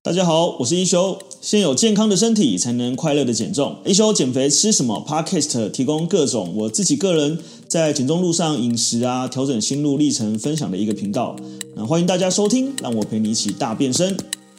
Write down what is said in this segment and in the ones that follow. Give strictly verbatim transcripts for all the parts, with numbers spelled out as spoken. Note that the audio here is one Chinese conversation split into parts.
大家好，我是一休。先有健康的身体，才能快乐的减重。一休减肥吃什么 Podcast 提供各种我自己个人在减重路上饮食啊、调整心路历程分享的一个频道。那欢迎大家收听，让我陪你一起大变身。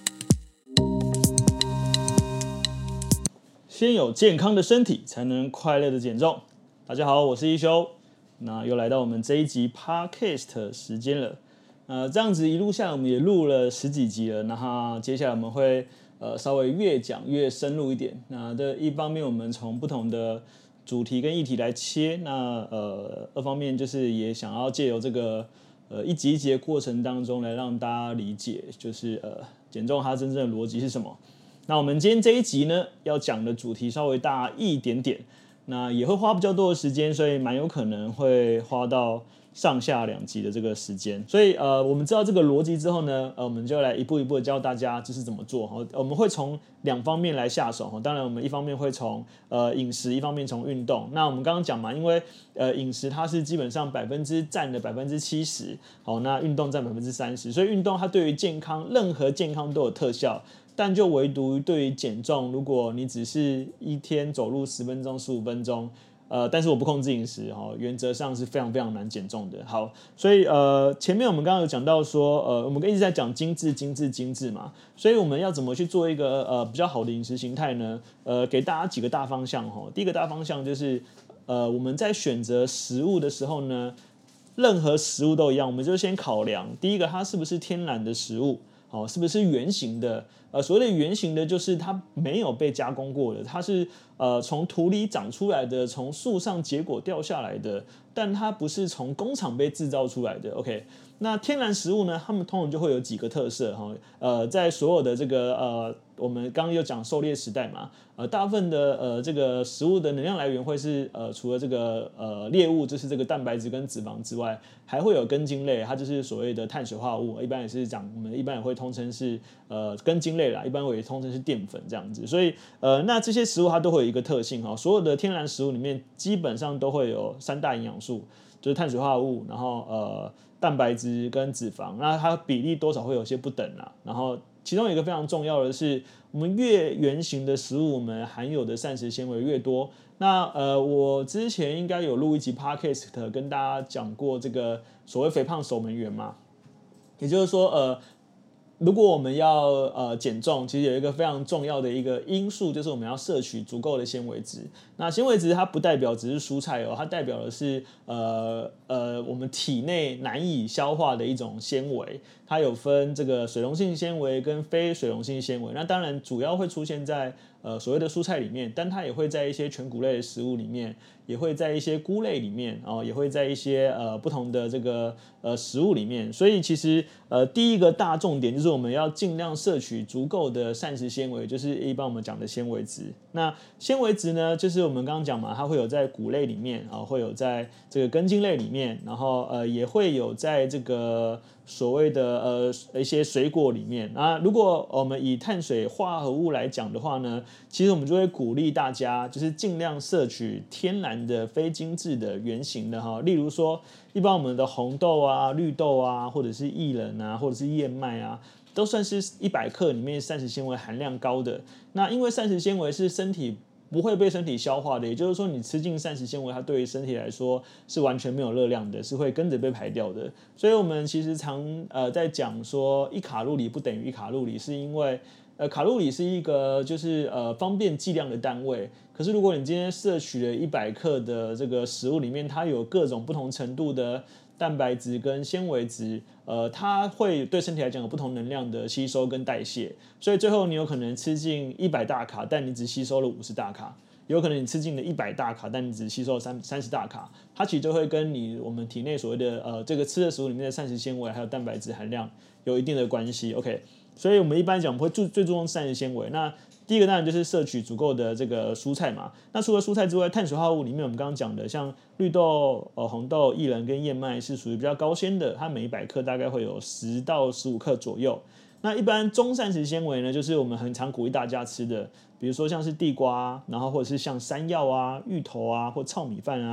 先有健康的身体，才能快乐的减重。大家好，我是一休。那又来到我们这一集 Podcast 时间了。呃，这样子一路下来，我们也录了十几集了。然后接下来我们会呃稍微越讲越深入一点。那这一方面，我们从不同的主题跟议题来切。那呃，二方面就是也想要借由这个呃一集一集的过程当中，来让大家理解，就是呃减重它真正的逻辑是什么。那我们今天这一集呢，要讲的主题稍微大一点点，那也会花比较多的时间，所以蛮有可能会花到上下两集的这个时间，所以呃，我们知道这个逻辑之后呢，呃，我们就来一步一步的教大家这是怎么做哈。我们会从两方面来下手哈，当然我们一方面会从呃饮食，一方面从运动。那我们刚刚讲嘛，因为呃饮食它是基本上百分之占了百分之七十，好，那运动占百分之三十，所以运动它对于健康任何健康都有特效。但就唯独对于减重，如果你只是一天走路十分钟、十五分钟，呃，但是我不控制饮食，哈、哦，原则上是非常非常难减重的。好，所以呃，前面我们刚刚有讲到说，呃，我们一直在讲精致、精致、精致嘛，所以我们要怎么去做一个呃比较好的饮食形态呢？呃，给大家几个大方向哈、哦。第一个大方向就是，呃，我们在选择食物的时候呢，任何食物都一样，我们就先考量第一个，它是不是天然的食物。哦，是不是圆形的？呃，所谓的圆形的，就是它没有被加工过的，它是呃从土里长出来的，从树上结果掉下来的，但它不是从工厂被制造出来的。OK， 那天然食物呢，它们通常就会有几个特色哈。呃，在所有的这个呃，我们刚刚有讲狩猎时代嘛，呃，大部分的呃这个食物的能量来源会是呃除了这个呃猎物，就是这个蛋白质跟脂肪之外，还会有根茎类，它就是所谓的碳水化合物，一般也是讲我们一般也会通称是呃根茎类啦，一般会通称是淀粉这样子。所以呃那这些食物它都会有一个特性哈，所有的天然食物里面基本上都会有三大营养素，就是碳水化合物，然后呃蛋白质跟脂肪，那它比例多少会有些不等啦。然后其中有一个非常重要的是，我们越圆形的食物，我们含有的膳食纤维越多。那呃，我之前应该有录一集 podcast 跟大家讲过这个所谓肥胖守门员嘛，也就是说呃。如果我们要呃减重，其实有一个非常重要的一个因素，就是我们要摄取足够的纤维质。那纤维质它不代表只是蔬菜哦，它代表的是呃呃我们体内难以消化的一种纤维。它有分这个水溶性纤维跟非水溶性纤维。那当然主要会出现在呃所谓的蔬菜里面，但它也会在一些全谷类的食物里面，也会在一些菇类里面，哦，也会在一些呃不同的这个呃食物里面。所以其实呃第一个大重点就是我们要尽量摄取足够的膳食纤维，就是一般我们讲的纤维质。那纤维质呢，就是我们刚刚讲嘛，它会有在谷类里面啊、哦，会有在这个根茎类里面，然后呃也会有在这个所谓的呃一些水果里面。那如果我们以碳水化合物来讲的话呢，其实我们就会鼓励大家就是尽量摄取天然的、非精致的、圆形的哈。例如说，一般我们的红豆啊、绿豆啊，或者是薏仁啊，或者是燕麦啊，都算是一百克里面膳食纤维含量高的。那因为膳食纤维是身体不会被身体消化的，也就是说，你吃进膳食纤维，它对于身体来说是完全没有热量的，是会跟着被排掉的。所以我们其实常呃在讲说，一卡路里不等于一卡路里，是因为呃卡路里是一个就是呃方便计量的单位。可是如果你今天摄取了一百克的这个食物里面，它有各种不同程度的蛋白质跟纤维质，呃，它会对身体来讲有不同能量的吸收跟代谢，所以最后你有可能吃进一百大卡，但你只吸收了五十大卡；有可能你吃进了一百大卡，但你只吸收了三三十大卡。它其实就会跟你我们体内所谓的呃这个吃的食物里面的膳食纤维还有蛋白质含量有一定的关系。OK， 所以我们一般讲我们会注最注重膳食纤维。那第一个当然就是摄取足够的这个蔬菜嘛。那除了蔬菜之外，碳水化合物里面我们刚刚讲的，像绿豆、呃红豆、薏仁跟燕麦是属于比较高纤的，它每一百克大概会有十到十五克左右。那一般中膳食纤维呢，就是我们很常鼓励大家吃的，比如说像是地瓜，然后或者是像山药啊、芋头啊或糙米饭啊，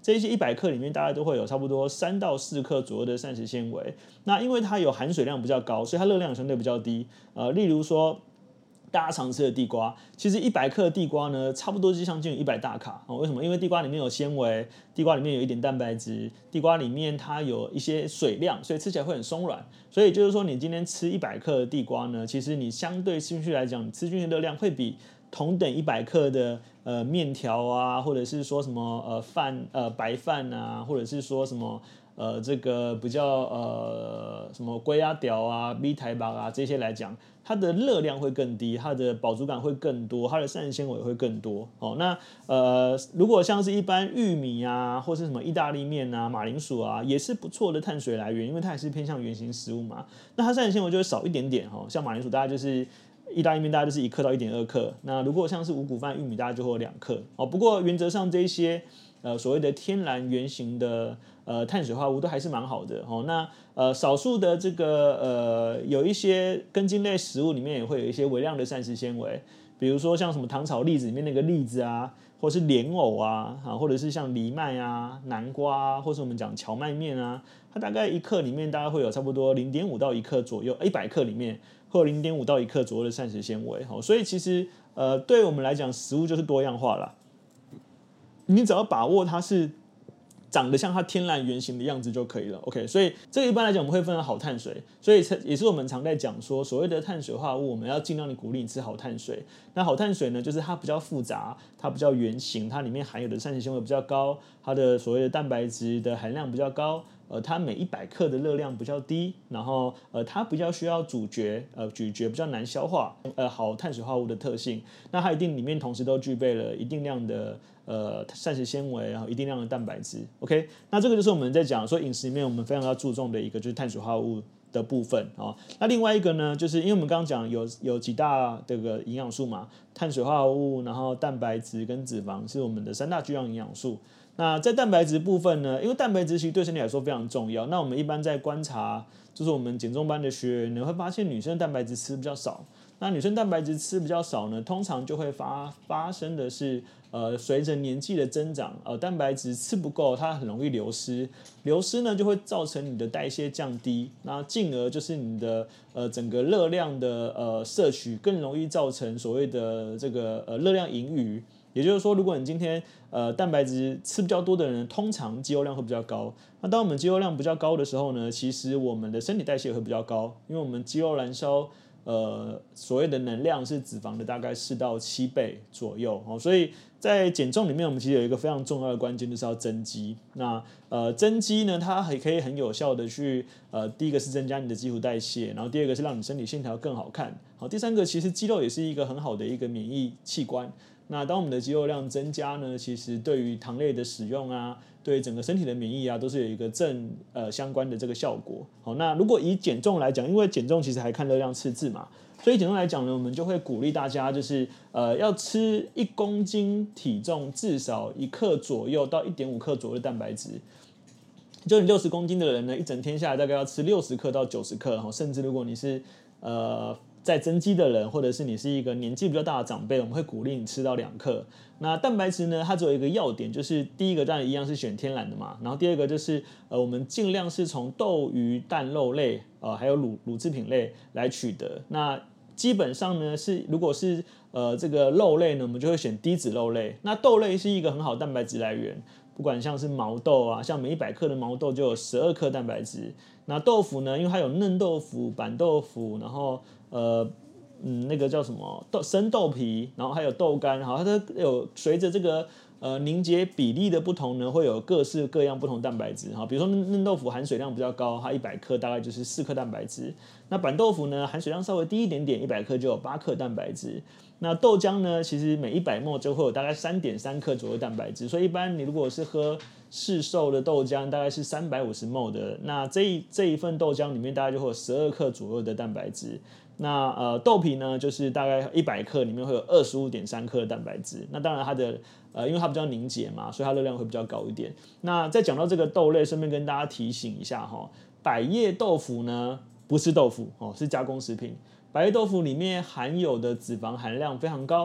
这些一百克里面大概都会有差不多三到四克左右的膳食纤维。那因为它有含水量比较高，所以它热量相对比较低。呃，例如说大家常吃的地瓜，其实一百克的地瓜呢，差不多就将近一百大卡、哦。为什么？因为地瓜里面有纤维，地瓜里面有一点蛋白质，地瓜里面它有一些水量，所以吃起来会很松软。所以就是说，你今天吃一百克的地瓜呢，其实你相对吃进去来讲，你吃进去的热量会比同等一百克的呃面条啊，或者是说什么呃饭呃白饭啊，或者是说什么。呃，这个比较呃什么龟鸭屌啊、米台巴啊这些来讲，它的热量会更低，它的饱足感会更多，它的膳食纤维会更多。哦，那呃，如果像是一般玉米啊，或是什么意大利面啊、马铃薯啊，也是不错的碳水来源，因为它也是偏向原型食物嘛。那它膳食纤维就会少一点点哦，像马铃薯大概就是意大利面大概就是一克到一点二克，那如果像是五谷饭、玉米大概就会有两克。哦，不过原则上这一些呃所谓的天然原型的。呃，碳水化合物都还是蛮好的哦。那呃，少数的这个呃，有一些根茎类食物里面也会有一些微量的膳食纤维，比如说像什么糖炒栗子里面那个栗子啊，或是莲藕啊，啊，或者是像藜麦啊、南瓜啊，或是我们讲荞麦面啊，它大概一克里面大概会有差不多零点五到一克左右，一百克里面会有零点五到一克左右的膳食纤维。哦，所以其实呃，对我们来讲，食物就是多样化啦。你只要把握它是。长得像它天然原型的样子就可以了 ，OK。所以这个一般来讲我们会分成好碳水，所以也是我们常在讲说，所谓的碳水化合物，我们要尽量的鼓励你吃好碳水。那好碳水呢，就是它比较复杂，它比较原型，它里面含有的膳食纤维比较高，它的所谓的蛋白质的含量比较高。呃，它每一百克的热量比较低，然后呃，它比较需要咀嚼，呃，咀嚼比较难消化，呃，好碳水化合物的特性。那它一定里面同时都具备了一定量的呃膳食纤维，然后一定量的蛋白质。OK， 那这个就是我们在讲说饮食里面我们非常要注重的一个就是碳水化合物的部分啊。那另外一个呢，就是因为我们刚刚讲有有几大这个营养素嘛，碳水化合物，然后蛋白质跟脂肪是我们的三大巨量营养素。那在蛋白质部分呢，因为蛋白质其实对身体来说非常重要。那我们一般在观察，就是我们减重班的学员，你会发现女生的蛋白质吃比较少。那女生蛋白质吃比较少呢，通常就会发发生的是，呃，随着年纪的增长，呃，蛋白质吃不够，它很容易流失。流失呢，就会造成你的代谢降低，那进而就是你的呃整个热量的呃摄取更容易造成所谓的这个呃热量盈余。也就是说，如果你今天呃蛋白质吃比较多的人，通常肌肉量会比较高。那当我们肌肉量比较高的时候呢，其实我们的身体代谢也会比较高，因为我们肌肉燃烧呃所谓的能量是脂肪的大概四到七倍左右哦。所以在减重里面，我们其实有一个非常重要的关键，就是要增肌。那呃增肌呢，它还可以很有效的去呃第一个是增加你的基础代谢，然后第二个是让你身体线条更好看。好，第三个其实肌肉也是一个很好的一个免疫器官。那当我们的肌肉量增加呢，其实对于糖类的使用啊，对整个身体的免疫啊，都是有一个正呃相关的这个效果。好，那如果以减重来讲，因为减重其实还看热量赤字嘛，所以减重来讲呢，我们就会鼓励大家就是呃要吃一公斤体重至少一克左右到一点五克左右的蛋白质。就你六十公斤的人呢，一整天下来大概要吃六十克到九十克，甚至如果你是呃。在增肌的人，或者是你是一个年纪比较大的长辈，我们会鼓励你吃到两克。那蛋白质呢，它只有一个要点，就是第一个当然一样是选天然的嘛，然后第二个就是呃我们尽量是从豆鱼蛋肉类呃还有乳乳制品类来取得。那基本上呢是如果是呃这个肉类呢，我们就会选低脂肉类。那豆类是一个很好的蛋白质来源。不管像是毛豆啊，像每一百克的毛豆就有十二克蛋白质。那豆腐呢，因为它有嫩豆腐、板豆腐，然后呃嗯那个叫什么豆生豆皮，然后还有豆干，好，它有随着这个呃凝结比例的不同呢，会有各式各样不同蛋白质。哈，比如说嫩豆腐含水量比较高，它一百克大概就是四克蛋白质。那板豆腐呢，含水量稍微低一点点，一百克就有八克蛋白质。那豆浆呢，其实每一百毫升就会有大概三点三克左右蛋白质，所以一般你如果是喝市售的豆浆，大概是三百五十毫升的，那这一这一份豆浆里面大概就会有十二克左右的蛋白质。那呃豆皮呢，就是大概一百克里面会有二十五点三克的蛋白质。那当然它的呃因为它比较凝结嘛，所以它热量会比较高一点。那再讲到这个豆类，顺便跟大家提醒一下哈，百叶豆腐呢不是豆腐哦，是加工食品。百叶豆腐里面含有的脂肪含量非常高，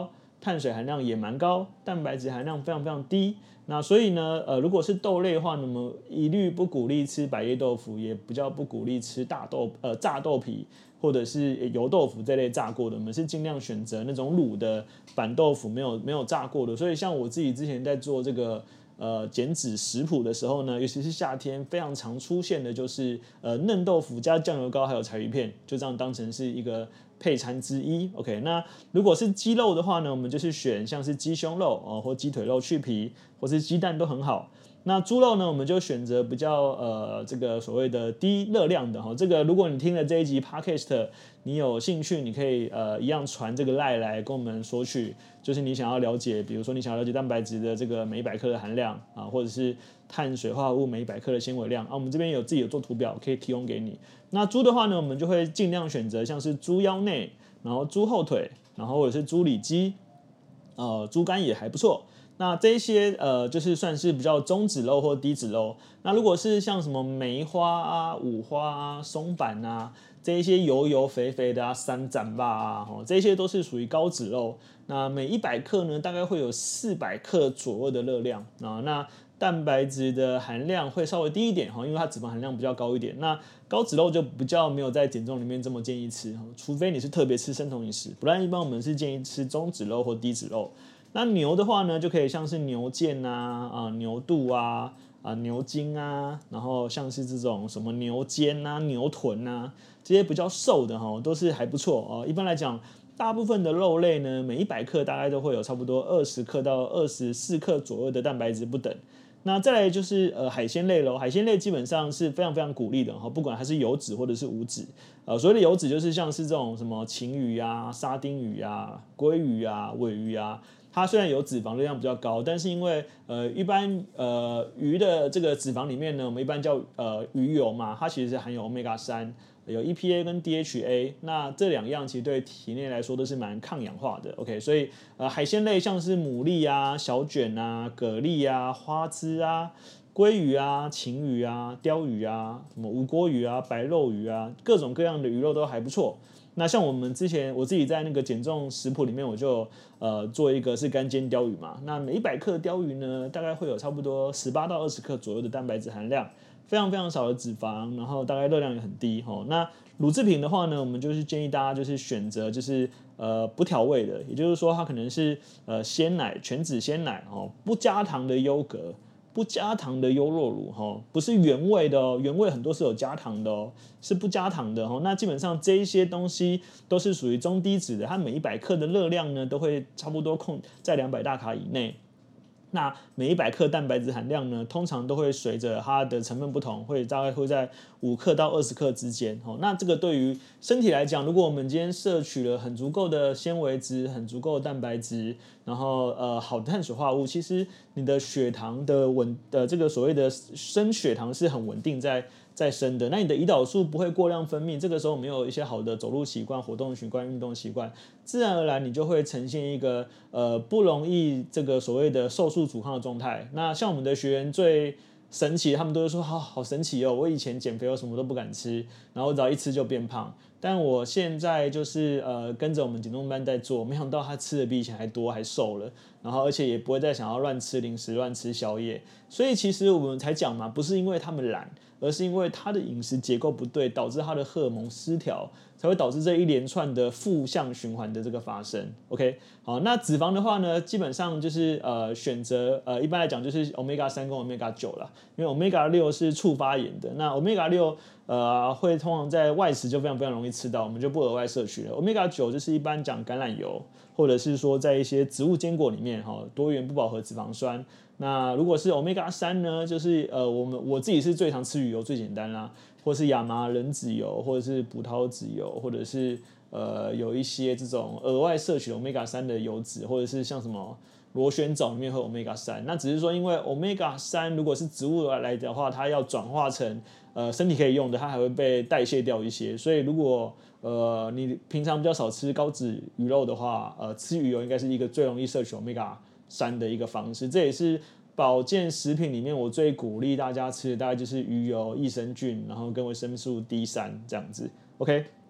碳水含量也蛮高，蛋白质含量非常非常低。那所以呢，呃，如果是豆类的话，那么一律不鼓励吃百叶豆腐，也比较不鼓励吃大豆呃炸豆皮或者是油豆腐这类炸过的，我们是尽量选择那种卤的板豆腐，没有没有炸过的。所以像我自己之前在做这个呃减脂食谱的时候呢，尤其是夏天非常常出现的就是呃嫩豆腐加酱油膏还有柴鱼片，就这样当成是一个配餐之一。 OK， 那如果是鸡肉的话呢，我们就是选像是鸡胸肉、哦、或鸡腿肉去皮，或是鸡蛋都很好。那猪肉呢，我们就选择比较呃这个所谓的低热量的哈。这个如果你听了这一集 Podcast， 你有兴趣，你可以呃一样传这个 LINE 来跟我们索取，就是你想要了解，比如说你想要了解蛋白质的这个每一百克的含量啊，或者是碳水化合物每一百克的纤维量啊，我们这边有自己有做图表可以提供给你。那猪的话呢，我们就会尽量选择像是猪腰内，然后猪后腿，然后或者是猪里脊，呃，猪肝也还不错。那这一些呃，就是算是比较中脂肉或低脂肉。那如果是像什么梅花啊、五花啊、松板啊，这一些油油肥肥的啊、三斩吧啊，哦，这些都是属于高脂肉。那每一百克呢，大概会有四百克左右的热量啊。那蛋白质的含量会稍微低一点哈，因为它脂肪含量比较高一点。那高脂肉就比较没有在减重里面这么建议吃，除非你是特别吃生酮饮食，不然一般我们是建议吃中脂肉或低脂肉。那牛的话呢，就可以像是牛腱啊、啊牛肚啊、啊牛筋啊，然后像是这种什么牛肩啊、牛臀啊，这些比较瘦的哈，都是还不错哦。一般来讲，大部分的肉类呢，每一百克大概都会有差不多二十克到二十四克左右的蛋白质不等。那再来就是呃海鲜类咯，海鲜类基本上是非常非常鼓励的哈，不管它是有脂或者是无脂。呃，所谓的有脂就是像是这种什么旗鱼啊、沙丁鱼啊、鲑鱼啊、尾鱼啊。它虽然有脂肪热量比较高，但是因为呃一般呃鱼的这个脂肪里面呢，我们一般叫呃鱼油嘛，它其实是含有 omega 三，有 E P A 跟 D H A， 那这两样其实对体内来说都是蛮抗氧化的。OK， 所以呃海鲜类像是牡蛎啊、小卷啊、蛤蜊啊、花枝啊、鲑鱼啊、旗鱼啊、鲷鱼啊、什么无锅鱼啊、白肉鱼啊，各种各样的鱼肉都还不错。那像我们之前我自己在那个减重食谱里面，我就呃做一个是干煎鲷鱼嘛。那每一百克鲷鱼呢，大概会有差不多十八到二十克左右的蛋白质含量，非常非常少的脂肪，然后大概热量也很低哈。那乳制品的话呢，我们就是建议大家就是选择就是呃不调味的，也就是说它可能是呃鲜奶、全脂鲜奶哦，不加糖的优格。不加糖的优酪乳哈，不是原味的哦，原味很多是有加糖的哦，是不加糖的哦。那基本上这一些东西都是属于中低脂的，它每一百克的热量呢都会差不多控在两百大卡以内。那每一百克蛋白质含量呢，通常都会随着它的成分不同，会大概会在五克到二十克之间。哦，那这个对于身体来讲，如果我们今天摄取了很足够的纤维质、很足够的蛋白质，然后呃好的碳水化合物，其实你的血糖的稳的这个所谓的升血糖是很稳定在。在升的，那你的胰岛素不会过量分泌，这个时候没有一些好的走路习惯、活动习惯、运动习惯，自然而然你就会呈现一个呃不容易这个所谓的瘦素阻抗的状态。那像我们的学员最神奇，他们都会说好好神奇哦，我以前减肥我什么都不敢吃，然后只要一吃就变胖，但我现在就是呃跟着我们减重班在做，没想到他吃的比以前还多，还瘦了，然后而且也不会再想要乱吃零食、乱吃宵夜。所以其实我们才讲嘛，不是因为他们懒，而是因为他的饮食结构不对，导致他的荷尔蒙失调，才会导致这一连串的负向循环的这个发生。OK， 好，那脂肪的话呢，基本上就是呃选择呃一般来讲就是 omega 三跟 omega 九啦，因为 omega 六是触发炎的，那 omega 六呃会通常在外食就非常非常容易吃到，我们就不额外摄取了。omega 九就是一般讲橄榄油，或者是说在一些植物坚果里面哈，多元不饱和脂肪酸。那如果是 omega 三呢，就是呃我们我自己是最常吃鱼油，最简单啦，或是亚麻仁籽油，或者是葡萄籽油，或者是呃有一些这种额外摄取 omega 三的油脂，或者是像什么螺旋藻里面会有 omega 三。那只是说因为 omega 三如果是植物来的话，它要转化成呃身体可以用的，它还会被代谢掉一些。所以如果呃你平常比较少吃高脂鱼肉的话，呃吃鱼油应该是一个最容易摄取 omega 三的一个方式。这也是保健食品里面我最鼓励大家吃的，大概就是鱼油、益生菌，然后跟维生素 D 三这样子。OK，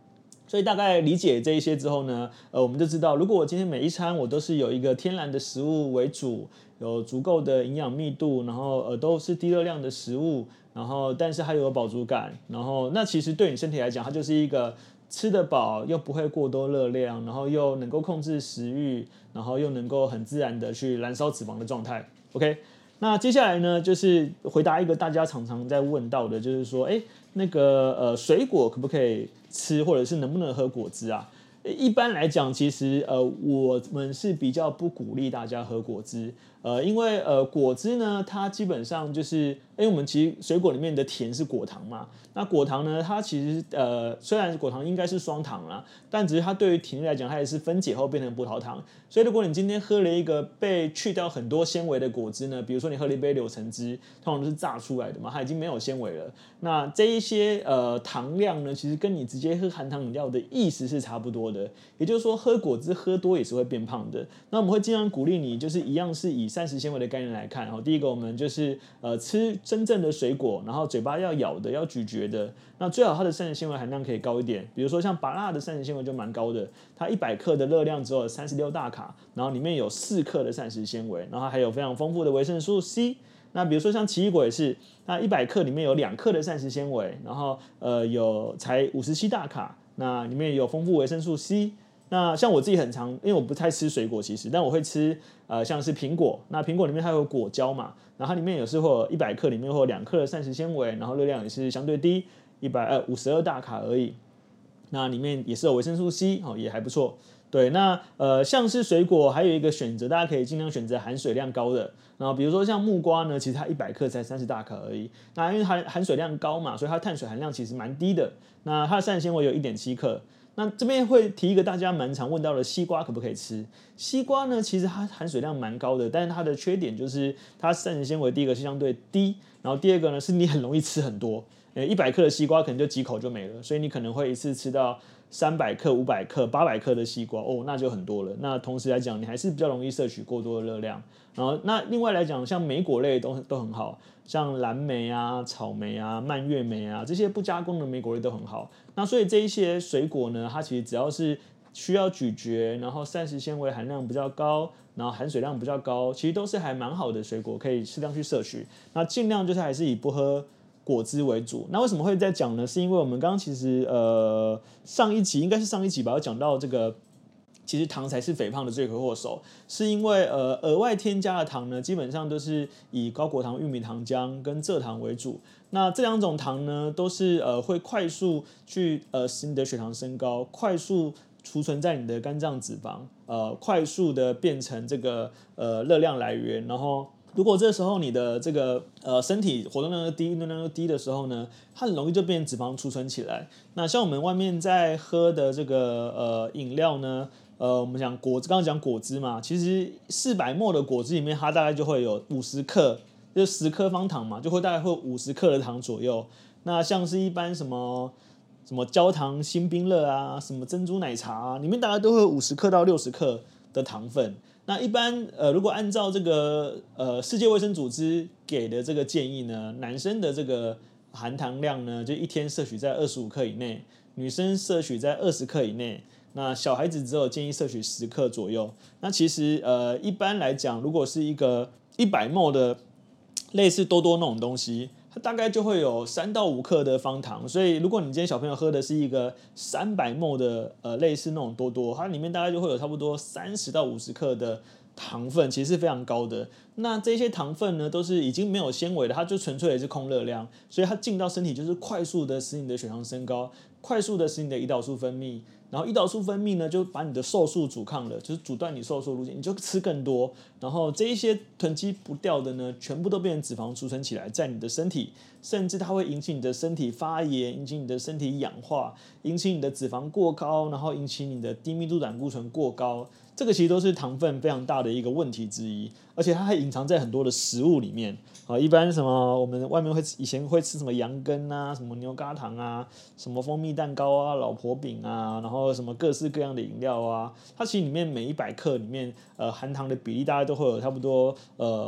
所以大概理解这一些之后呢，呃，我们就知道，如果我今天每一餐我都是有一个天然的食物为主，有足够的营养密度，然后呃都是低热量的食物，然后但是它有饱足感，然后那其实对你身体来讲，它就是一个吃得饱又不会过多热量，然后又能够控制食欲，然后又能够很自然的去燃烧脂肪的状态。OK。那接下来呢，就是回答一个大家常常在问到的，就是说，哎，那个呃，水果可不可以吃，或者是能不能喝果汁啊？一般来讲，其实呃，我们是比较不鼓励大家喝果汁，呃，因为呃，果汁呢，它基本上就是，因为我们其实水果里面的甜是果糖嘛，那果糖呢，它其实呃，虽然果糖应该是双糖啦，但只是它对于体内来讲，它也是分解后变成葡萄糖，所以如果你今天喝了一个被去掉很多纤维的果汁呢，比如说你喝了一杯柳橙汁，通常都是榨出来的嘛，它已经没有纤维了，那这一些呃糖量呢，其实跟你直接喝含糖饮料的意思是差不多的。也就是说，喝果汁喝多也是会变胖的。那我们会尽量鼓励你，就是一样是以膳食纤维的概念来看。然后第一个，我们就是呃吃真正的水果，然后嘴巴要咬的，要咀嚼的。那最好它的膳食纤维含量可以高一点，比如说像芭乐的膳食纤维就蛮高的，它一百克的热量只有三十六大卡，然后里面有四克的膳食纤维，然后还有非常丰富的维生素 C。那比如说像奇异果也是，那一百克里面有两克的膳食纤维，然后呃有才五十七大卡，那里面有丰富维生素 C。那像我自己很常，因为我不太吃水果，其实，但我会吃呃像是苹果，那苹果里面它有果胶嘛，然后它里面有时候一百克里面会有两克的膳食纤维，然后热量也是相对低，一百呃五十二大卡而已。那里面也是有维生素 C， 哦也还不错。对，那呃像是水果还有一个选择，大家可以尽量选择含水量高的。然后比如说像木瓜呢，其实它一百克才三十大卡而已。那因为它含水量高嘛，所以它碳水含量其实蛮低的。那它的膳食纤维有一点七克。那这边会提一个大家蛮常问到的，西瓜可不可以吃？西瓜呢，其实它含水量蛮高的，但是它的缺点就是它膳食纤维第一个是相对低，然后第二个呢是你很容易吃很多，呃，一百克的西瓜可能就几口就没了，所以你可能会一次吃到三百克、五百克、八百克的西瓜，哦，那就很多了。那同时来讲，你还是比较容易摄取过多的热量。然后那另外来讲，像莓果类都都很好，像蓝莓啊、草莓啊、蔓越莓啊这些不加工的莓果类都很好。那所以这一些水果呢，它其实只要是需要咀嚼，然后膳食纤维含量比较高，然后含水量比较高，其实都是还蛮好的水果，可以适量去摄取。那尽量就是还是以不喝果汁为主。那为什么会再讲呢？是因为我们刚刚其实呃上一集应该是上一集吧，有讲到这个。其实糖才是肥胖的罪魁祸首，是因为呃额外添加的糖呢，基本上都是以高果糖玉米糖浆跟蔗糖为主。那这两种糖呢，都是呃会快速去呃使你的血糖升高，快速储存在你的肝脏脂肪，呃快速的变成这个呃热量来源，然后。如果这时候你的这个呃身体活动量又低、运动量又低的时候呢，它很容易就变脂肪储存起来。那像我们外面在喝的这个呃饮料呢，呃我们讲果汁，刚刚讲果汁嘛，其实四百 ml 的果汁里面，它大概就会有五十克，就是十克方糖嘛，就会大概会五十克的糖左右。那像是一般什么什么焦糖新冰乐啊，什么珍珠奶茶啊，里面大概都会有五十克到六十克的糖分。那一般呃，如果按照这个呃世界卫生组织给的这个建议呢，男生的这个含糖量呢，就一天摄取在二十五克以内，女生摄取在二十克以内。那小孩子只有建议摄取十克左右。那其实呃一般来讲，如果是一个一百 ml 的类似多多那种东西，它大概就会有三到五克的方糖，所以如果你今天小朋友喝的是一个三百 ml 的呃类似那种多多，它里面大概就会有差不多三十到五十克的糖分，其实是非常高的。那这些糖分呢，都是已经没有纤维的，它就纯粹的是空热量，所以它进到身体就是快速的使你的血糖升高，快速的使你的胰岛素分泌。然后胰岛素分泌呢，就把你的瘦素阻抗了，就是阻断你瘦素路径，你就吃更多。然后这一些囤积不掉的呢，全部都变成脂肪储存起来在你的身体，甚至它会引起你的身体发炎，引起你的身体氧化，引起你的脂肪过高，然后引起你的低密度胆固醇过高。这个其实都是糖分非常大的一个问题之一，而且它还隐藏在很多的食物里面啊。一般什么我们外面会以前会吃什么羊羹啊，什么牛轧糖啊，什么蜂蜜蛋糕啊，老婆饼啊，然后什么各式各样的饮料啊，它其实里面每一百克里面呃含糖的比例大概都会有差不多呃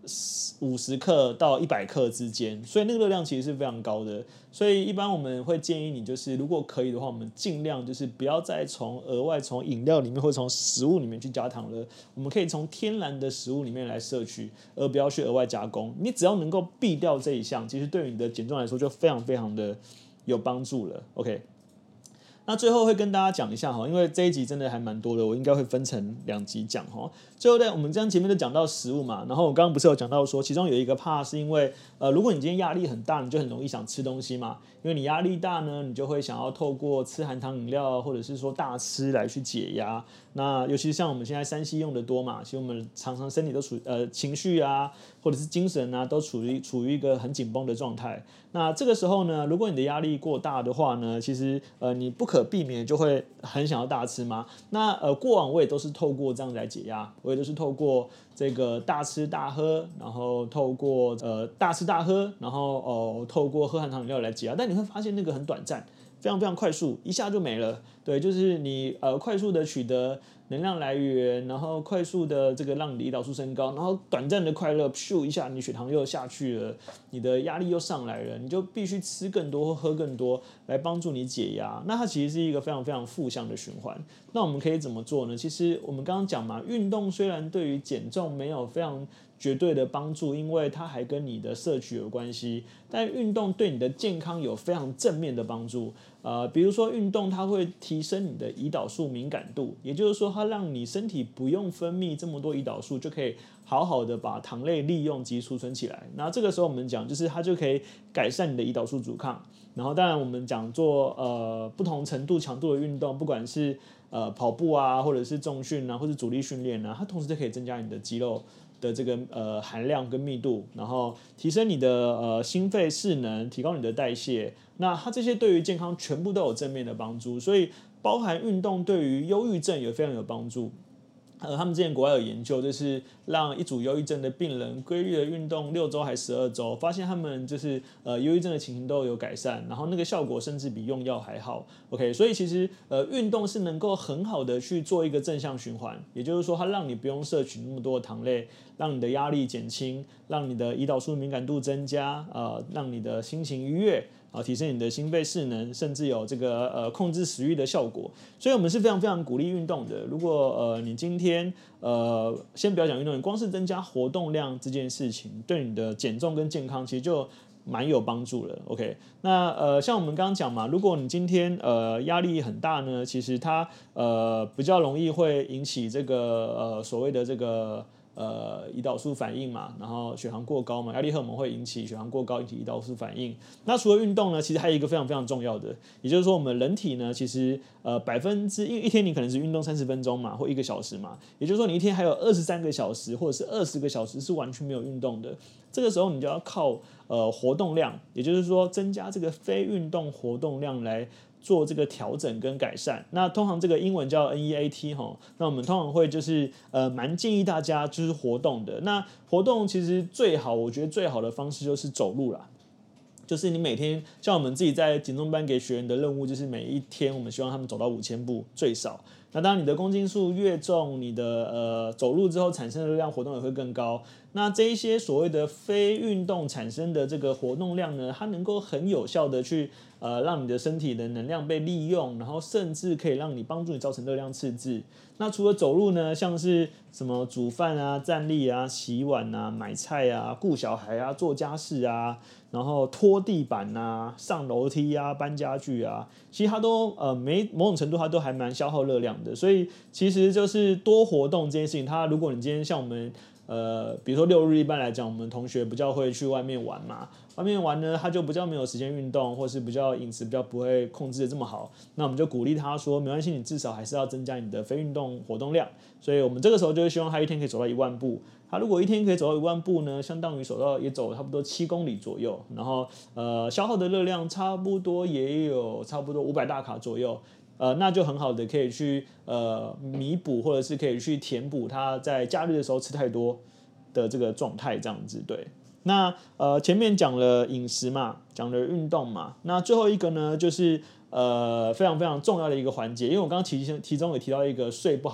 五十克到一百克之间，所以那个热量其实是非常高的。所以一般我们会建议你，就是如果可以的话，我们尽量就是不要再从额外从饮料里面或从食物里面去加糖了。我们可以从天然的食物里面来摄取，而不要去额外加工。你只要能够避掉这一项，其实对于你的减重来说就非常非常的有帮助了。OK。那最后会跟大家讲一下哈，因为这一集真的还蛮多的，我应该会分成两集讲哈。最后呢，我们这样前面都讲到食物嘛，然后我刚刚不是有讲到说，其中有一个怕是因为呃，如果你今天压力很大，你就很容易想吃东西嘛，因为你压力大呢，你就会想要透过吃含糖饮料或者是说大吃来去解压。那尤其是像我们现在三 C 用的多嘛，其实我们常常身体都处呃情绪啊，或者是精神啊，都处于处于一个很紧绷的状态。那这个时候呢，如果你的压力过大的话呢，其实呃你不可避免就会很想要大吃嘛。那呃过往我也都是透过这样来解压，我也都是透过这个大吃大喝，然后透过呃大吃大喝，然后哦、呃、透过喝含糖饮料来解压。但你会发现那个很短暂，非常非常快速，一下就没了。对，就是你呃快速的取得能量来源，然后快速的这个让你的胰岛素升高，然后短暂的快乐，咻一下你血糖又下去了，你的压力又上来了，你就必须吃更多或喝更多来帮助你解压。那它其实是一个非常非常负向的循环。那我们可以怎么做呢？其实我们刚刚讲嘛，运动虽然对于减重没有非常绝对的帮助，因为它还跟你的摄取有关系，但运动对你的健康有非常正面的帮助。呃，比如说运动它会提升你的胰岛素敏感度，也就是说它让你身体不用分泌这么多胰岛素，就可以好好的把糖类利用及储存起来。那这个时候我们讲就是它就可以改善你的胰岛素阻抗。然后当然我们讲做呃不同程度强度的运动，不管是呃跑步啊，或者是重训啊，或者阻力训练啊，它同时就可以增加你的肌肉的这个呃含量跟密度，然后提升你的呃心肺势能，提高你的代谢。那它这些对于健康全部都有正面的帮助，所以包含运动对于忧郁症也非常有帮助。呃，他们之前国外有研究，就是让一组忧郁症的病人规律的运动六周还十二周，发现他们就是呃忧郁症的情形都有改善，然后那个效果甚至比用药还好。OK， 所以其实呃运动是能够很好的去做一个正向循环，也就是说它让你不用摄取那么多的糖类，让你的压力减轻，让你的胰岛素敏感度增加，呃，让你的心情愉悦。啊，提升你的心肺势能，甚至有这个呃控制食欲的效果，所以我们是非常非常鼓励运动的。如果呃你今天呃先不要讲运动，你光是增加活动量这件事情，对你的减重跟健康其实就蛮有帮助了。OK， 那呃像我们刚刚讲嘛，如果你今天呃压力很大呢，其实它呃比较容易会引起这个呃所谓的这个。呃，胰岛素反应嘛，然后血糖过高嘛，压力荷尔蒙会引起血糖过高，引起胰岛素反应。那除了运动呢，其实还有一个非常非常重要的，也就是说，我们人体呢，其实呃百分之因为一天你可能是运动三十分钟嘛，或一个小时嘛，也就是说你一天还有二十三个小时或者是二十个小时是完全没有运动的。这个时候你就要靠呃活动量，也就是说增加这个非运动活动量来。做这个调整跟改善，那通常这个英文叫 N E A T 哈，那我们通常会就是呃蛮建议大家就是活动的。那活动其实最好，我觉得最好的方式就是走路啦。就是你每天像我们自己在减重班给学员的任务，就是每一天我们希望他们走到五千步最少。那当然你的公斤数越重，你的呃走路之后产生的热量活动也会更高。那这一些所谓的非运动产生的这个活动量呢，它能够很有效的去呃让你的身体的能量被利用，然后甚至可以让你帮助你造成热量赤字。那除了走路呢，像是什么煮饭啊、站立啊、洗碗啊、买菜啊、顾小孩啊、做家事啊，然后拖地板啊、上楼梯啊、搬家具啊，其实它都呃没某种程度它都还蛮消耗热量的。所以其实就是多活动这件事情，它如果你今天像我们。呃，比如说六日一般来讲，我们同学比较会去外面玩嘛，外面玩呢，他就比较没有时间运动，或是比较饮食比较不会控制的这么好，那我们就鼓励他说，没关系，你至少还是要增加你的非运动活动量。所以我们这个时候就会希望他一天可以走到一万步。他如果一天可以走到一万步呢，相当于走到也走了差不多七公里左右，然后呃消耗的热量差不多也有差不多五百大卡左右。呃，那就很好的可以去呃弥补，或者是可以去填补他在假日的时候吃太多的这个状态，这样子对。那呃前面讲了饮食嘛，讲了运动嘛，那最后一个呢就是呃非常非常重要的一个环节，因为我刚刚其其中有提到一个睡不好，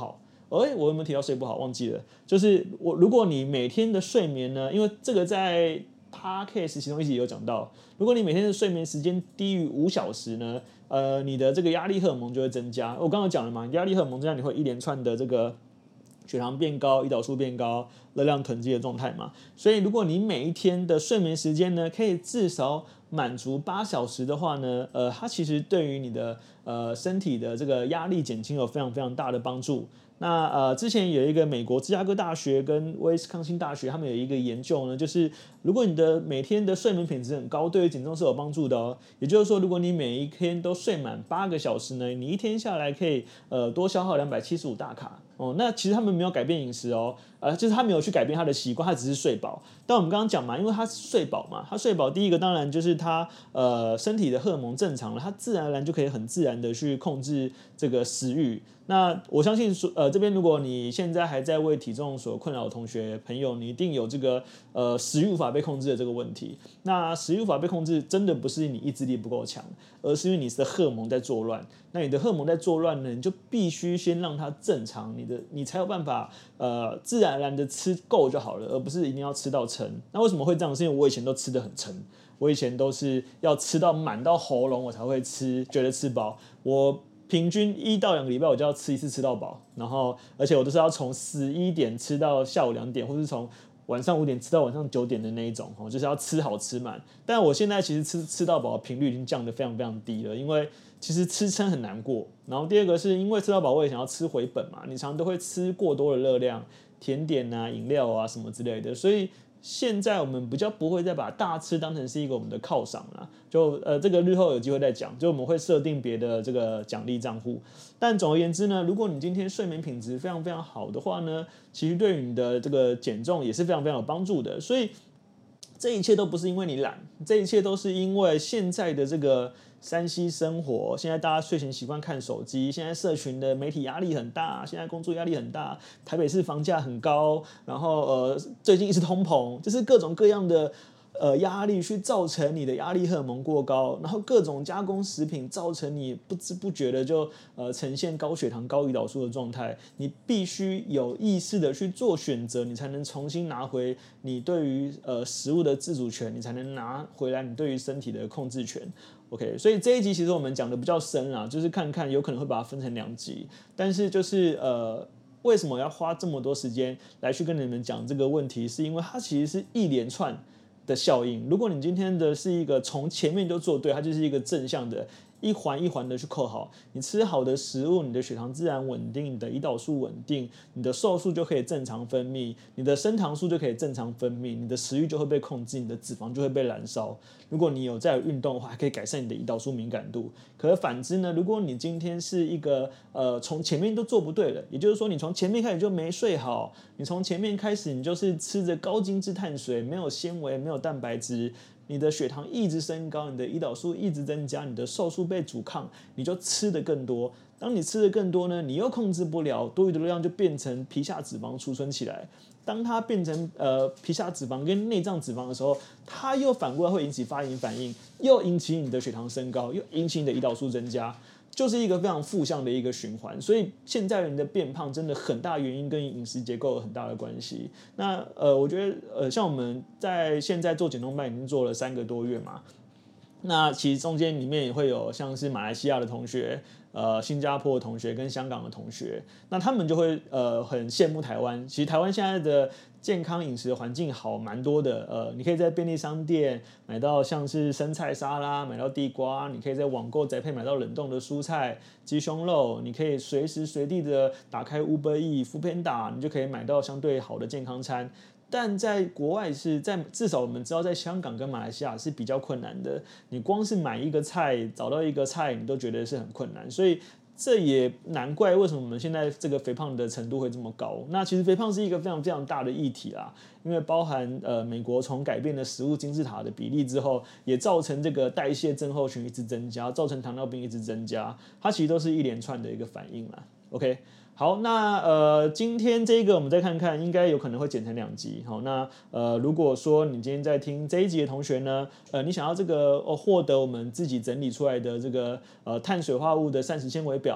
哎，我有没有提到睡不好？忘记了，就是我如果你每天的睡眠呢，因为这个在 Podcast 其中一集有讲到，如果你每天的睡眠时间低于五小时呢，呃，你的这个压力荷尔蒙就会增加。我刚刚讲了嘛，压力荷尔蒙增加，你会一连串的这个血糖变高、胰岛素变高、热量囤积的状态嘛。所以如果你每一天的睡眠时间呢，可以至少满足八小时的话呢，呃，它其实对于你的呃身体的这个压力减轻有非常非常大的帮助。那呃，之前有一个美国芝加哥大学跟威斯康星大学，他们有一个研究呢，就是如果你的每天的睡眠品质很高，对于减重是有帮助的哦。也就是说，如果你每一天都睡满八个小时呢，你一天下来可以呃多消耗两百七十五大卡哦。那其实他们没有改变饮食哦，呃，就是他没有去改变他的习惯，他只是睡饱。但我们刚刚讲嘛，因为他睡饱嘛，他睡饱，第一个当然就是他呃身体的荷尔蒙正常了，他自然而然就可以很自然的去控制这个食欲。那我相信说，呃，这边如果你现在还在为体重所困扰的同学朋友，你一定有这个呃食欲无法被控制的这个问题。那食欲无法被控制，真的不是你意志力不够强，而是因为你的荷尔蒙在作乱。那你的荷尔蒙在作乱呢，你就必须先让它正常，你的你才有办法呃自然而然的吃够就好了，而不是一定要吃到撑。那为什么会这样？是因为我以前都吃得很撑，我以前都是要吃到满到喉咙我才会吃，觉得吃饱。我平均一到两个礼拜我就要吃一次吃到饱，然后而且我都是要从十一点吃到下午两点，或是从晚上五点吃到晚上九点的那一种，就是要吃好吃满。但我现在其实吃吃到饱的频率已经降得非常非常低了，因为其实吃撑很难过。然后第二个是因为吃到饱我也想要吃回本嘛，你常常都会吃过多的热量、甜点啊、饮料啊什么之类的，所以现在我们比较不会再把大吃当成是一个我们的犒赏啦，就呃这个日后有机会再讲，就我们会设定别的这个奖励账户。但总而言之呢，如果你今天睡眠品质非常非常好的话呢，其实对于你的这个减重也是非常非常有帮助的。所以这一切都不是因为你懒，这一切都是因为现在的这个三 C 生活，现在大家睡前习惯看手机，现在社群的媒体压力很大，现在工作压力很大，台北市房价很高，然后呃最近一直通膨，就是各种各样的呃压力去造成你的压力荷尔蒙过高，然后各种加工食品造成你不知不觉的就呃呈现高血糖、高胰岛素的状态，你必须有意识的去做选择，你才能重新拿回你对于呃食物的自主权，你才能拿回来你对于身体的控制权。OK， 所以这一集其实我们讲的比较深啦，就是看看有可能会把它分成两集，但是就是呃，为什么要花这么多时间来去跟你们讲这个问题？是因为它其实是一连串的效应。如果你今天的是一个从前面就做对，它就是一个正向的。一环一环的去扣好，你吃好的食物，你的血糖自然稳定，你的胰岛素稳定，你的瘦素就可以正常分泌，你的升糖素就可以正常分泌，你的食欲就会被控制，你的脂肪就会被燃烧。如果你有在运动的话，还可以改善你的胰岛素敏感度。可是反之呢，如果你今天是一个呃从前面都做不对了，也就是说你从前面开始就没睡好，你从前面开始你就是吃着高精致碳水，没有纤维，没有蛋白质。你的血糖一直升高，你的胰岛素一直增加，你的瘦素被阻抗，你就吃的更多。当你吃的更多呢，你又控制不了，多余的热量就变成皮下脂肪储存起来。当它变成呃皮下脂肪跟内脏脂肪的时候，它又反过来会引起发炎反应，又引起你的血糖升高，又引起你的胰岛素增加。就是一个非常负向的一个循环，所以现在人的变胖真的很大原因跟饮食结构有很大的关系。那呃，我觉得呃，像我们在现在做减重班已经做了三个多月嘛，那其实中间里面也会有像是马来西亚的同学、呃新加坡的同学跟香港的同学，那他们就会呃很羡慕台湾。其实台湾现在的健康饮食的环境好蛮多的，呃，你可以在便利商店买到像是生菜沙拉，买到地瓜，你可以在网购宅配买到冷冻的蔬菜、鸡胸肉，你可以随时随地的打开 Uber Eats、Foodpanda， 你就可以买到相对好的健康餐。但在国外是在至少我们知道，在香港跟马来西亚是比较困难的。你光是买一个菜，找到一个菜，你都觉得是很困难，所以这也难怪为什么我们现在这个肥胖的程度会这么高。那其实肥胖是一个非常非常大的议题啦，因为包含呃美国从改变了食物金字塔的比例之后，也造成这个代谢症候群一直增加，造成糖尿病一直增加，它其实都是一连串的一个反应啦。OK。好，那呃，今天这个我们再看看，应该有可能会剪成两集。好，那呃，如果说你今天在听这一集的同学呢，呃，你想要这个哦获得我们自己整理出来的这个呃碳水化合物的膳食纤维表，或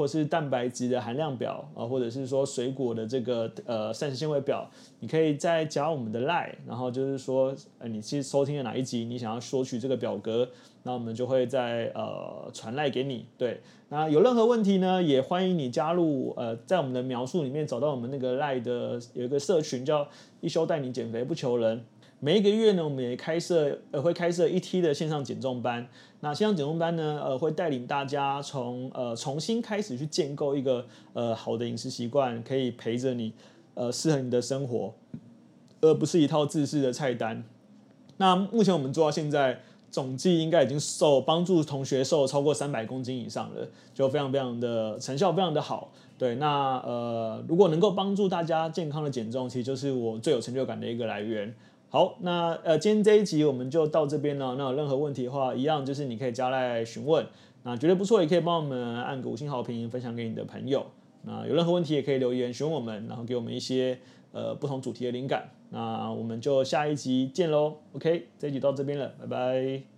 或是蛋白质的含量表啊，或者是说水果的这个呃膳食纤维表，你可以再加我们的 Line， 然后就是说呃你其实收听了哪一集，你想要索取这个表格，那我们就会再呃传 Line 给你。对，那有任何问题呢，也欢迎你加入呃在我们的描述里面找到我们那个 Line 的有一个社群叫一休带你减肥不求人。每一个月呢，我们也开设呃会开设一梯的线上减重班。那线上减重班呢，呃会带领大家从呃重新开始去建构一个呃好的饮食习惯，可以陪着你呃适合你的生活，而不是一套自式的菜单。那目前我们做到现在，总计应该已经瘦帮助同学瘦超过三百公斤以上了，就非常非常的成效非常的好。对，那呃如果能够帮助大家健康的减重，其实就是我最有成就感的一个来源。好，那呃，今天这一集我们就到这边了。那有任何问题的话，一样就是你可以加来询问。那觉得不错，也可以帮我们按个五星好评，分享给你的朋友。那有任何问题也可以留言询问我们，然后给我们一些呃不同主题的灵感。那我们就下一集见喽。OK，这一集到这边了，拜拜。